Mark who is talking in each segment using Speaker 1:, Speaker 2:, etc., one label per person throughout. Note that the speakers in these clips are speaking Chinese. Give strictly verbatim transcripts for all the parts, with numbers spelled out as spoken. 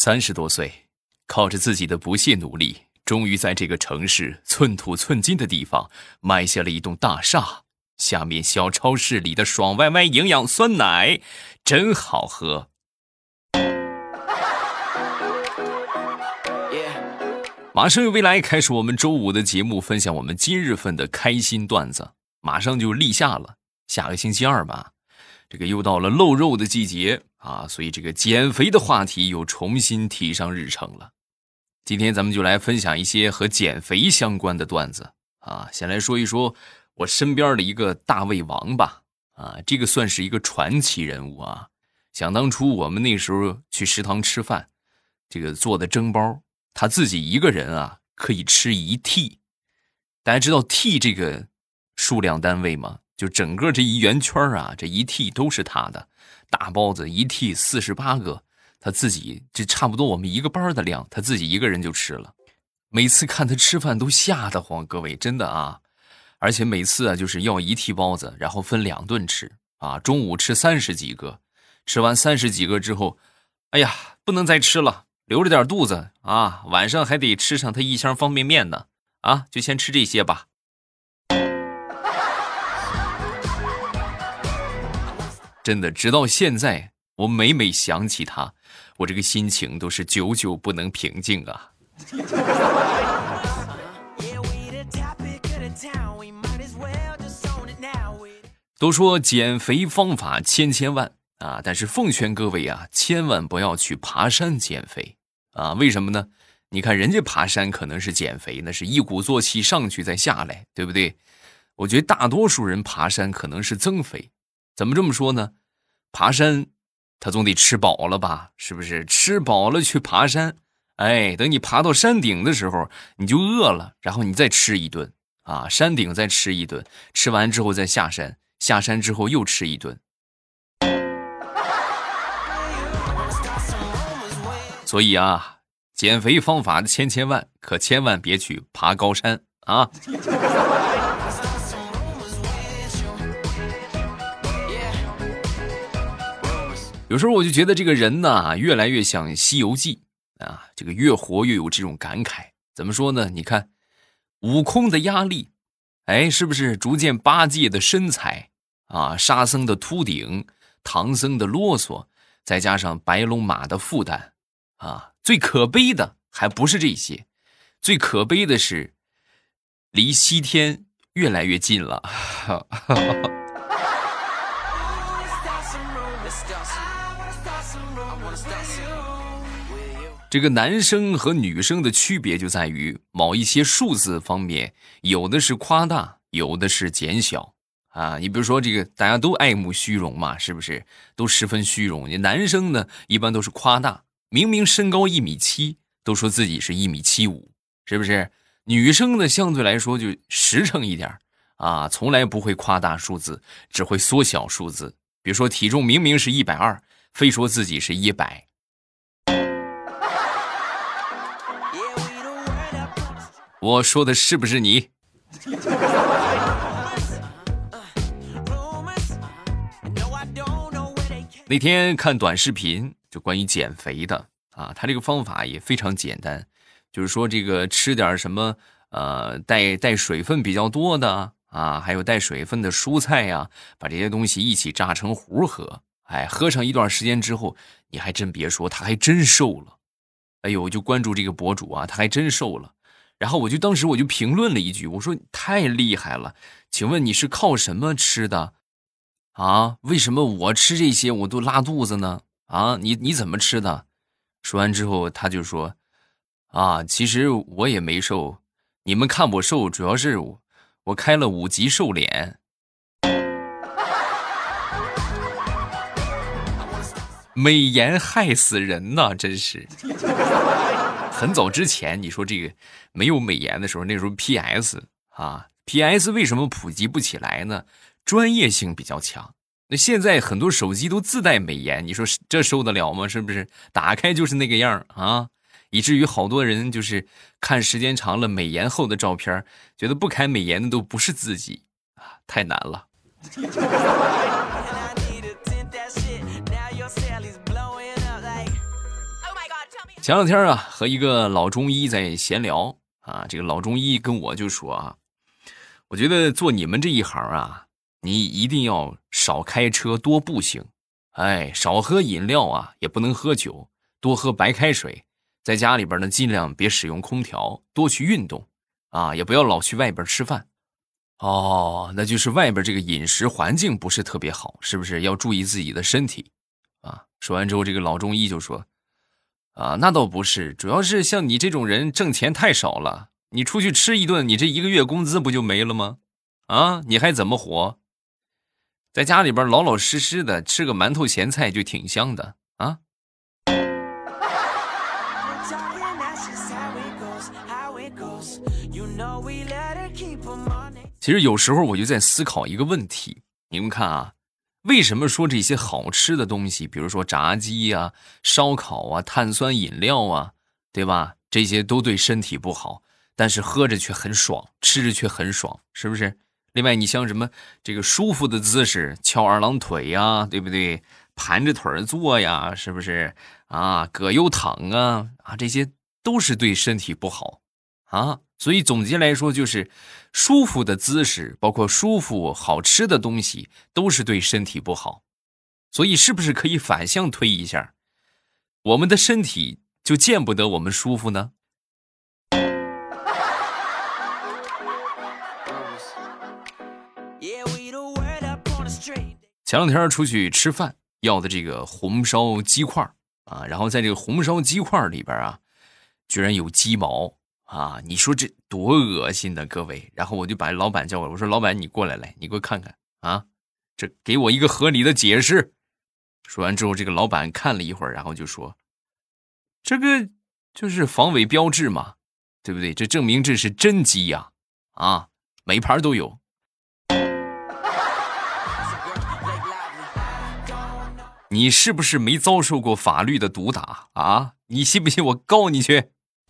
Speaker 1: 三十多岁，靠着自己的不懈努力，终于在这个城市寸土寸金的地方买下了一栋大厦。下面小超市里的爽歪歪营养酸奶真好喝。马上有未来开始我们周五的节目，分享我们今日份的开心段子。马上就立夏了，下个星期二吧，这个又到了露肉的季节啊，所以这个减肥的话题又重新提上日程了。今天咱们就来分享一些和减肥相关的段子啊，先来说一说我身边的一个大胃王吧。啊，这个算是一个传奇人物啊。想当初我们那时候去食堂吃饭，这个做的蒸包，他自己一个人啊可以吃一屉。大家知道屉这个数量单位吗？就整个这一圆圈啊，这一屉都是他的。大包子一屉四十八个，他自己这差不多我们一个班的量，他自己一个人就吃了。每次看他吃饭都吓得慌，各位真的啊。而且每次啊就是要一屉包子，然后分两顿吃啊，中午吃三十几个，吃完三十几个之后，哎呀，不能再吃了，留着点肚子啊，晚上还得吃上他一箱方便面呢啊，就先吃这些吧。真的，直到现在，我每每想起他，我这个心情都是久久不能平静啊。都说减肥方法千千万啊，但是奉劝各位啊，千万不要去爬山减肥啊！为什么呢？你看人家爬山可能是减肥，那是一鼓作气上去再下来，对不对？我觉得大多数人爬山可能是增肥。怎么这么说呢？爬山他总得吃饱了吧，是不是？吃饱了去爬山，哎，等你爬到山顶的时候你就饿了，然后你再吃一顿啊，山顶再吃一顿，吃完之后再下山，下山之后又吃一顿。所以啊，减肥方法千千万，可千万别去爬高山啊。有时候我就觉得这个人呢，越来越像《西游记》啊，这个越活越有这种感慨。怎么说呢？你看，悟空的压力，哎，是不是逐渐八戒的身材啊，沙僧的秃顶，唐僧的啰嗦，再加上白龙马的负担啊，最可悲的还不是这些，最可悲的是离西天越来越近了。这个男生和女生的区别就在于某一些数字方面，有的是夸大，有的是减小啊。你比如说这个大家都爱慕虚荣嘛，是不是？都十分虚荣。男生呢一般都是夸大，明明身高一米七，都说自己是一米七五，是不是？女生呢相对来说就实诚一点啊，从来不会夸大数字，只会缩小数字。比如说体重明明是一百二，非说自己是一百。我说的是不是你？那天看短视频，就关于减肥的啊，他这个方法也非常简单，就是说这个吃点什么呃带带水分比较多的啊，还有带水分的蔬菜呀、啊，把这些东西一起榨成糊喝。哎，喝上一段时间之后，你还真别说，他还真瘦了。哎呦，我就关注这个博主啊，他还真瘦了。然后我就当时我就评论了一句，我说太厉害了，请问你是靠什么吃的啊？为什么我吃这些我都拉肚子呢？啊，你你怎么吃的？说完之后他就说啊，其实我也没瘦，你们看我瘦主要是我我开了五级瘦脸。美颜害死人呐，真是。很早之前你说这个没有美颜的时候，那时候 P S 啊 P S 为什么普及不起来呢？专业性比较强。那现在很多手机都自带美颜，你说这受得了吗？是不是打开就是那个样啊？以至于好多人就是看时间长了美颜后的照片，觉得不开美颜的都不是自己啊，太难了。 前两天啊，和一个老中医在闲聊啊，这个老中医跟我就说啊，我觉得做你们这一行啊，你一定要少开车，多步行，哎，少喝饮料啊，也不能喝酒，多喝白开水，在家里边呢尽量别使用空调，多去运动啊，也不要老去外边吃饭。哦，那就是外边这个饮食环境不是特别好，是不是要注意自己的身体啊？说完之后，这个老中医就说啊，那倒不是，主要是像你这种人挣钱太少了，你出去吃一顿，你这一个月工资不就没了吗？啊，你还怎么活？在家里边老老实实的吃个馒头咸菜就挺香的啊。其实有时候我就在思考一个问题，你们看啊，为什么说这些好吃的东西，比如说炸鸡啊、烧烤啊、碳酸饮料啊，对吧？这些都对身体不好，但是喝着却很爽，吃着却很爽，是不是？另外，你像什么这个舒服的姿势，翘二郎腿呀，对不对？盘着腿坐呀，是不是？啊，葛优躺啊，啊，这些都是对身体不好啊。所以总结来说，就是舒服的姿势，包括舒服好吃的东西，都是对身体不好。所以是不是可以反向推一下，我们的身体就见不得我们舒服呢？前两天出去吃饭，要的这个红烧鸡块啊，然后在这个红烧鸡块里边啊，居然有鸡毛啊！你说这多恶心的，各位！然后我就把老板叫过来，我说：“老板，你过来来，你给我看看啊，这给我一个合理的解释。”说完之后，这个老板看了一会儿，然后就说：“这个就是防伪标志嘛，对不对？这证明这是真鸡呀，啊，每盘都有。”你是不是没遭受过法律的毒打啊？你信不信我告你去？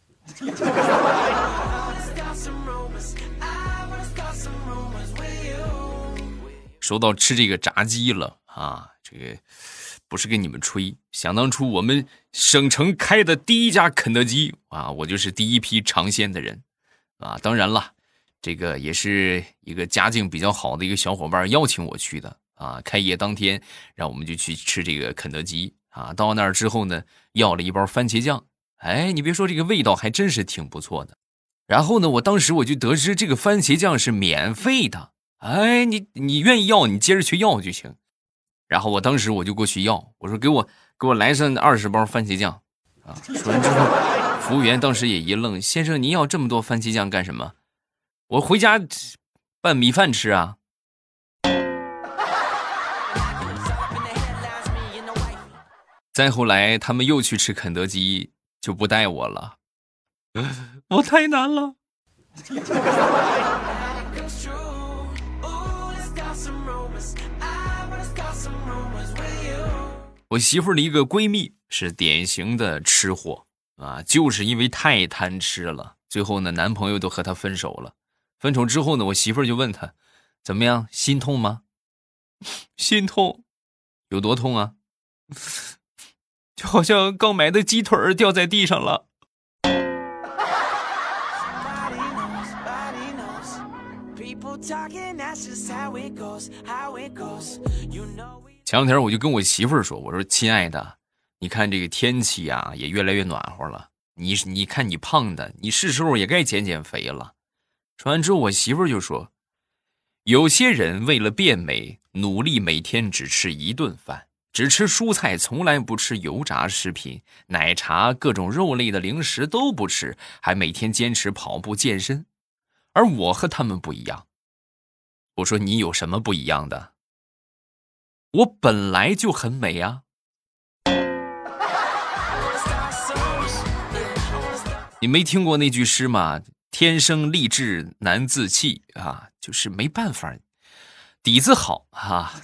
Speaker 1: 说到吃这个炸鸡了啊，这个不是跟你们吹，想当初我们省城开的第一家肯德基啊，我就是第一批尝鲜的人啊。当然了，这个也是一个家境比较好的一个小伙伴邀请我去的。啊，开业当天，让我们就去吃这个肯德基啊。到那儿之后呢，要了一包番茄酱，哎，你别说，这个味道还真是挺不错的。然后呢，我当时我就得知这个番茄酱是免费的，哎，你你愿意要，你接着去要就行。然后我当时我就过去要，我说给我给我来上二十包番茄酱啊。说完之后，服务员当时也一愣，先生您要这么多番茄酱干什么？我回家拌米饭吃啊。再后来他们又去吃肯德基，就不带我了，我太难了。我媳妇儿的一个闺蜜是典型的吃货啊，就是因为太贪吃了，最后呢男朋友都和她分手了。分手之后呢，我媳妇儿就问她怎么样，心痛吗？心痛。有多痛啊？就好像刚买的鸡腿掉在地上了。前两天我就跟我媳妇儿说，我说亲爱的，你看这个天气啊也越来越暖和了，你你看你胖的，你是时候也该减减肥了。说完之后，我媳妇儿就说，有些人为了变美，努力每天只吃一顿饭，只吃蔬菜，从来不吃油炸食品，奶茶，各种肉类的零食都不吃，还每天坚持跑步健身。而我和他们不一样。我说你有什么不一样的？我本来就很美啊。你没听过那句诗吗？天生丽质难自弃啊，就是没办法，底子好啊。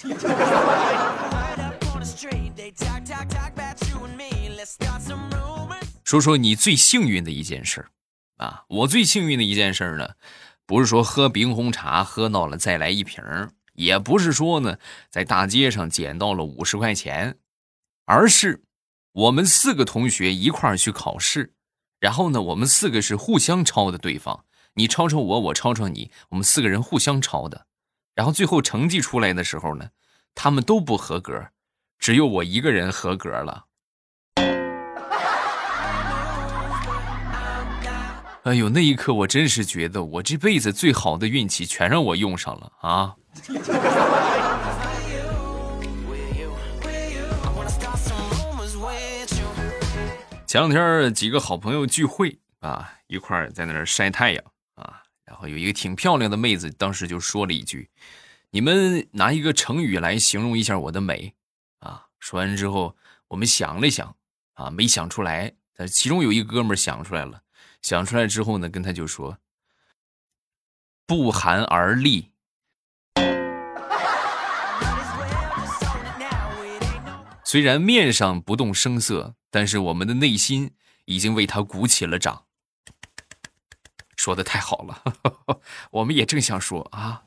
Speaker 1: 说说你最幸运的一件事啊，我最幸运的一件事呢，不是说喝冰红茶喝到了再来一瓶，也不是说呢在大街上捡到了五十块钱，而是我们四个同学一块儿去考试，然后呢，我们四个是互相抄的对方，你抄抄我，我抄抄你，我们四个人互相抄的。然后最后成绩出来的时候呢，他们都不合格，只有我一个人合格了。哎呦，那一刻我真是觉得我这辈子最好的运气全让我用上了啊！前两天几个好朋友聚会啊，一块儿在那儿晒太阳啊，然后有一个挺漂亮的妹子，当时就说了一句：“你们拿一个成语来形容一下我的美啊。”说完之后，我们想了想啊，没想出来，但其中有一个哥们儿想出来了，想出来之后呢，跟他就说：“不寒而栗。”虽然面上不动声色，但是我们的内心已经为他鼓起了掌。说得太好了，呵呵，我们也正想说啊。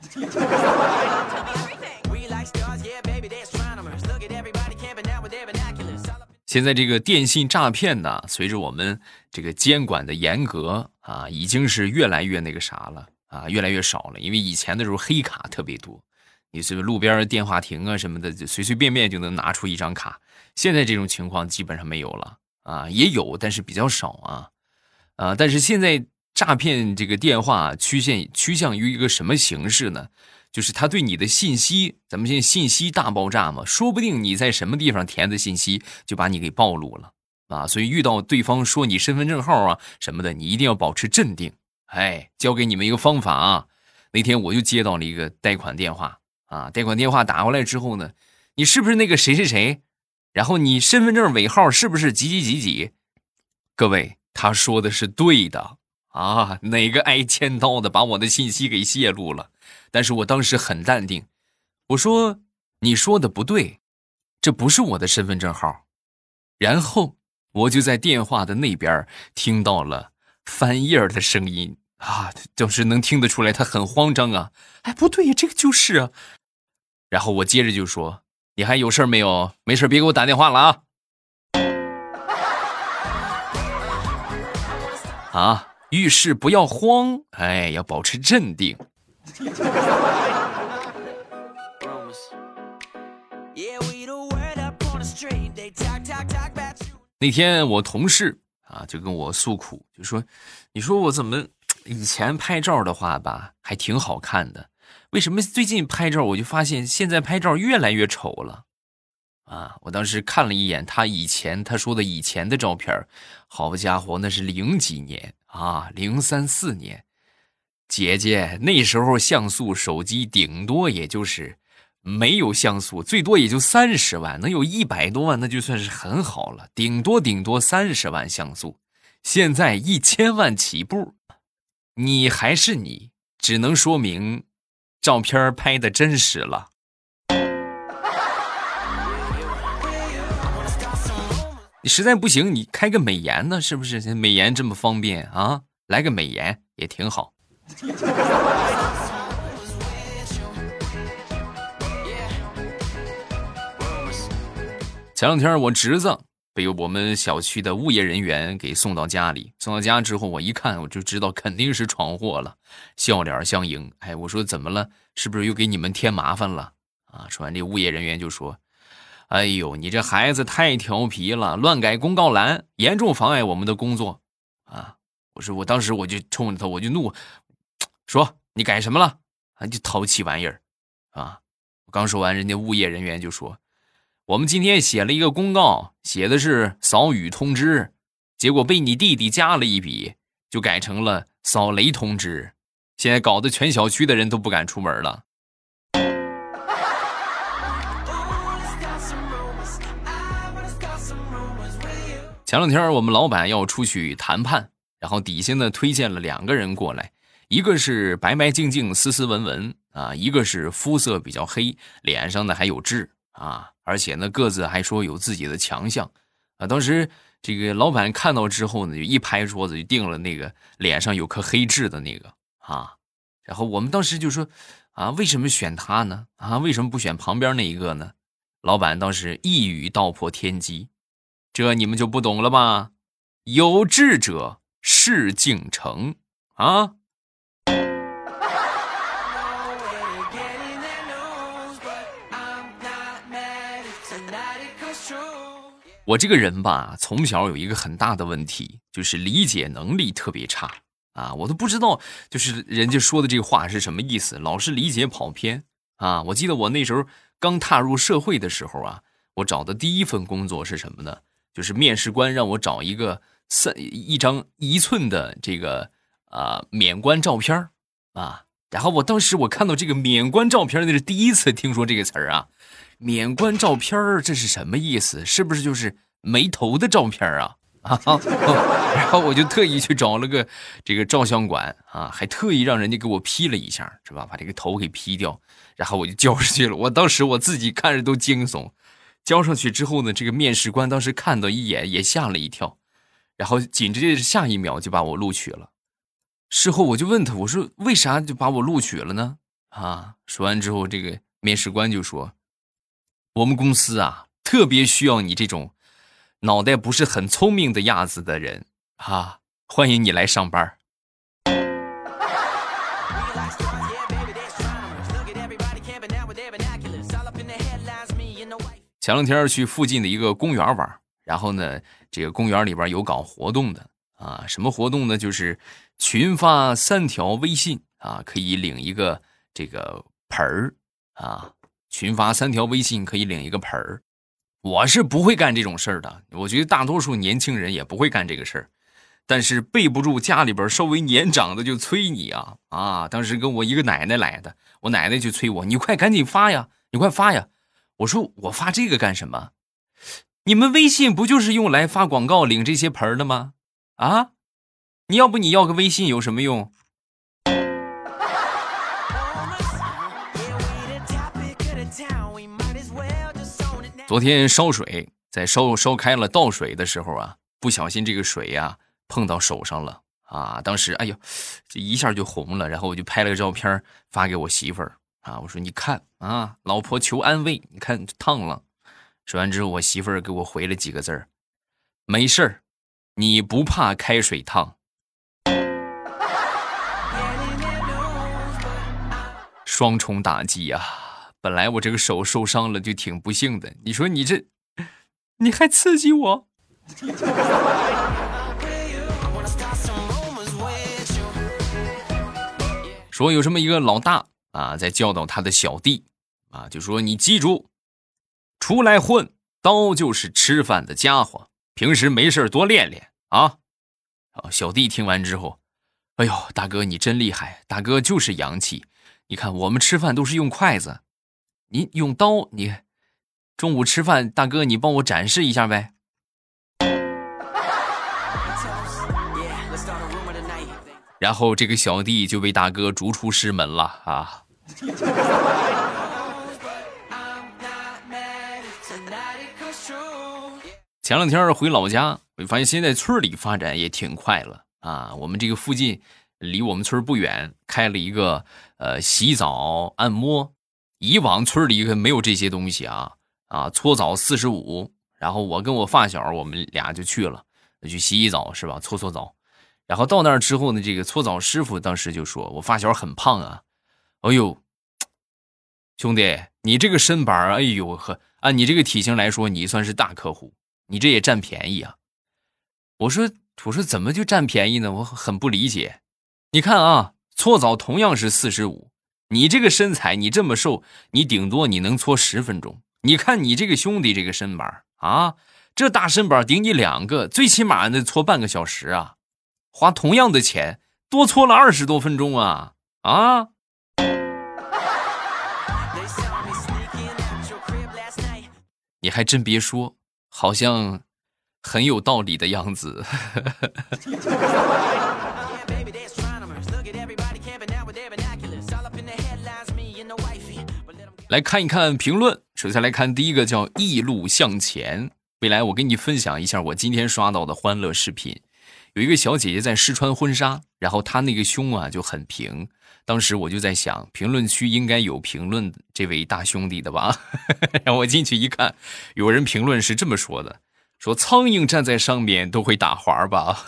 Speaker 1: 现在这个电信诈骗呢，随着我们这个监管的严格啊，已经是越来越那个啥了啊，越来越少了。因为以前的时候黑卡特别多，你是路边电话亭啊什么的，随随便便就能拿出一张卡。现在这种情况基本上没有了啊，也有，但是比较少啊。啊，但是现在诈骗这个电话趋向趋向于一个什么形式呢？就是他对你的信息，咱们现在信息大爆炸嘛，说不定你在什么地方填的信息就把你给暴露了啊。所以遇到对方说你身份证号啊什么的，你一定要保持镇定。哎，教给你们一个方法啊。那天我就接到了一个贷款电话啊，贷款电话打过来之后呢，你是不是那个谁谁谁？然后你身份证尾号是不是几几几几？各位，他说的是对的啊，哪个挨千刀的把我的信息给泄露了？但是我当时很淡定，我说你说的不对，这不是我的身份证号。然后我就在电话的那边听到了翻页的声音啊，就是能听得出来他很慌张啊。哎，不对呀，这个就是啊。然后我接着就说，你还有事没有？没事别给我打电话了啊。啊，遇事不要慌，哎，要保持镇定。那天我同事啊就跟我诉苦，就说你说我怎么以前拍照的话吧还挺好看的，为什么最近拍照我就发现现在拍照越来越丑了啊？我当时看了一眼他以前他说的以前的照片，好家伙，那是零几年啊，零三四年。姐姐，那时候像素手机顶多也就是没有像素，最多也就三十万，能有一百多万那就算是很好了，顶多顶多三十万像素。现在一千万起步，你还是你，只能说明照片拍的真实了。你实在不行，你开个美颜呢，是不是？美颜这么方便啊，来个美颜也挺好。前两天我侄子被我们小区的物业人员给送到家里，送到家之后我一看我就知道肯定是闯祸了，笑脸相迎。哎，我说怎么了？是不是又给你们添麻烦了啊？说完这物业人员就说，哎呦，你这孩子太调皮了，乱改公告栏，严重妨碍我们的工作啊！我说我当时我就冲着他我就怒，说你改什么了啊？就淘气玩意儿啊！我刚说完，人家物业人员就说，我们今天写了一个公告，写的是扫雨通知，结果被你弟弟加了一笔，就改成了扫雷通知，现在搞得全小区的人都不敢出门了。前两天我们老板要出去谈判，然后底下呢推荐了两个人过来，一个是白白净净斯斯文文啊，一个是肤色比较黑，脸上呢还有痣啊，而且呢个子还说有自己的强项啊。当时这个老板看到之后呢，就一拍桌子就定了那个脸上有颗黑痣的那个啊。然后我们当时就说啊，为什么选他呢？啊，为什么不选旁边那一个呢？老板当时一语道破天机， 这你们就不懂了吧？有志者事竟成啊！我这个人吧，从小有一个很大的问题，就是理解能力特别差啊！我都不知道，就是人家说的这个话是什么意思，老是理解跑偏啊！我记得我那时候刚踏入社会的时候啊，我找的第一份工作是什么呢？就是面试官让我找一个三一张一寸的这个啊、呃、免冠照片啊，然后我当时我看到这个免冠照片，那是第一次听说这个词儿啊。免冠照片这是什么意思？是不是就是没头的照片啊？啊，然后我就特意去找了个这个照相馆啊，还特意让人家给我 P 了一下，是吧？把这个头给 P 掉，然后我就交上去了。我当时我自己看着都惊悚。交上去之后呢，这个面试官当时看到一眼也吓了一跳，然后紧接着下一秒就把我录取了。事后我就问他，我说为啥就把我录取了呢？啊，说完之后，这个面试官就说，我们公司啊，特别需要你这种脑袋不是很聪明的样子的人啊，欢迎你来上班。前两天去附近的一个公园玩，然后呢，这个公园里边有搞活动的啊，什么活动呢？就是群发三条微信啊，可以领一个这个盆儿啊。群发三条微信可以领一个盆儿，我是不会干这种事儿的。我觉得大多数年轻人也不会干这个事儿，但是背不住家里边稍微年长的就催你啊啊！当时跟我一个奶奶来的，我奶奶就催我，你快赶紧发呀，你快发呀！我说我发这个干什么？你们微信不就是用来发广告领这些盆的吗？啊，你要不你要个微信有什么用？昨天烧水，在烧烧开了倒水的时候啊，不小心这个水呀、啊、碰到手上了啊！当时哎呦，这一下就红了，然后我就拍了个照片发给我媳妇儿啊，我说你看啊，老婆求安慰，你看烫了。说完之后，我媳妇儿给我回了几个字儿：没事儿，你不怕开水烫。双重打击呀、啊！本来我这个手受伤了就挺不幸的，你说你这你还刺激我。说有这么一个老大啊，在教导他的小弟啊，就说你记住，出来混刀就是吃饭的家伙，平时没事多练练啊。小弟听完之后，哎呦，大哥你真厉害，大哥就是洋气，你看我们吃饭都是用筷子，你用刀，你中午吃饭，大哥你帮我展示一下呗。然后这个小弟就被大哥逐出师门了啊。前两天回老家，我发现现在村里发展也挺快了啊。我们这个附近离我们村不远开了一个呃洗澡按摩，以往村里没有这些东西啊啊，搓澡四十五，然后我跟我发小我们俩就去了，去洗洗澡是吧，搓搓澡。然后到那儿之后呢，这个搓澡师傅当时就说，我发小很胖啊，哎呦兄弟你这个身板，哎呦呵，按你这个体型来说你算是大客户，你这也占便宜啊。我说我说怎么就占便宜呢？我很不理解。你看啊，搓澡同样是四十五，你这个身材你这么瘦，你顶多你能搓十分钟。你看你这个兄弟这个身板啊，这大身板顶你两个，最起码得搓半个小时啊，花同样的钱多搓了二十多分钟啊啊！你还真别说，好像很有道理的样子。来看一看评论，首先来看第一个叫一路向前。未来我跟你分享一下我今天刷到的欢乐视频，有一个小姐姐在试穿婚纱，然后她那个胸啊就很平，当时我就在想评论区应该有评论这位大兄弟的吧。然后我进去一看，有人评论是这么说的， 说苍蝇站在上面都会打滑吧。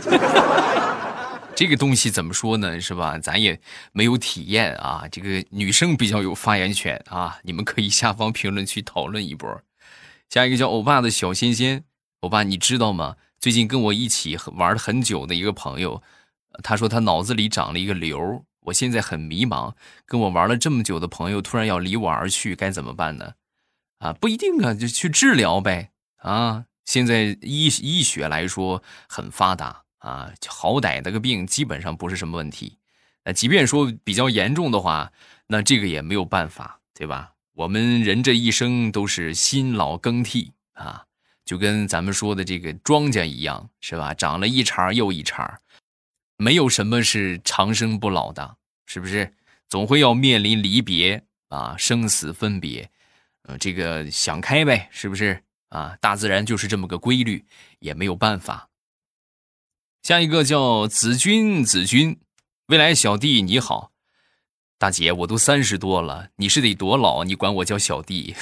Speaker 1: 这个东西怎么说呢，是吧？咱也没有体验啊，这个女生比较有发言权啊，你们可以下方评论区讨论一波。下一个叫欧巴的小仙仙，欧巴你知道吗？最近跟我一起玩了很久的一个朋友，他说他脑子里长了一个瘤，我现在很迷茫，跟我玩了这么久的朋友突然要离我而去，该怎么办呢？啊，不一定啊，就去治疗呗。啊，现在医医学来说很发达啊，好歹那个病基本上不是什么问题。那即便说比较严重的话，那这个也没有办法，对吧？我们人这一生都是新老更替啊，就跟咱们说的这个庄稼一样，是吧？长了一茬又一茬，没有什么是长生不老的，是不是？总会要面临离别啊，生死分别，呃，这个想开呗，是不是？啊，大自然就是这么个规律，也没有办法。下一个叫子君，子君，未来小弟你好。大姐，我都三十多了，你是得多老？你管我叫小弟？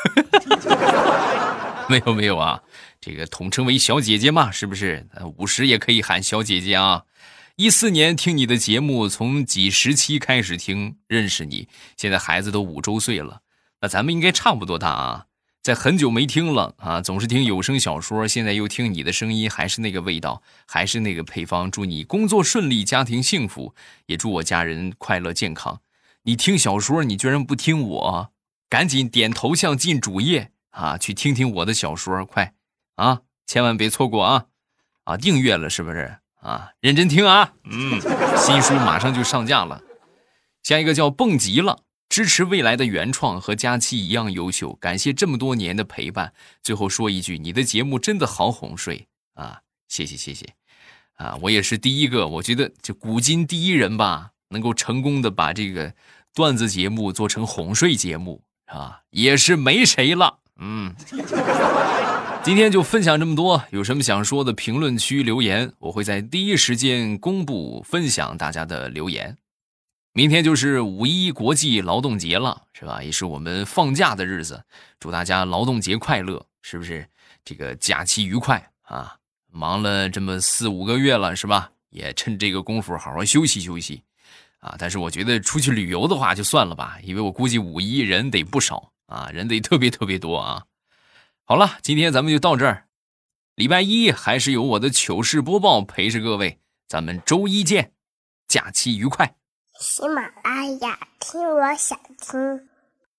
Speaker 1: 没有没有啊，这个统称为小姐姐嘛，是不是？五十也可以喊小姐姐啊。一四年听你的节目，从几十期开始听，认识你，现在孩子都五周岁了，那咱们应该差不多大啊。在很久没听了啊，总是听有声小说，现在又听你的声音，还是那个味道，还是那个配方。祝你工作顺利，家庭幸福，也祝我家人快乐健康。你听小说，你居然不听我，赶紧点头像进主页啊，去听听我的小说，快啊，千万别错过啊！啊，订阅了是不是啊？认真听啊，嗯，新书马上就上架了。下一个叫蹦极了，支持未来的原创，和佳期一样优秀，感谢这么多年的陪伴。最后说一句，你的节目真的好哄睡啊，谢谢谢谢啊，我也是第一个，我觉得就古今第一人吧，能够成功的把这个段子节目做成哄睡节目啊，也是没谁了。嗯，今天就分享这么多，有什么想说的评论区留言，我会在第一时间公布分享大家的留言。明天就是五一国际劳动节了，是吧？也是我们放假的日子，祝大家劳动节快乐，是不是？这个假期愉快啊！忙了这么四五个月了，是吧？也趁这个功夫好好休息休息啊！但是我觉得出去旅游的话就算了吧，因为我估计五一人得不少啊，人得特别特别多啊。好了，今天咱们就到这儿，礼拜一还是有我的糗事播报陪着各位，咱们周一见，假期愉快。
Speaker 2: 喜马拉雅，听我想听。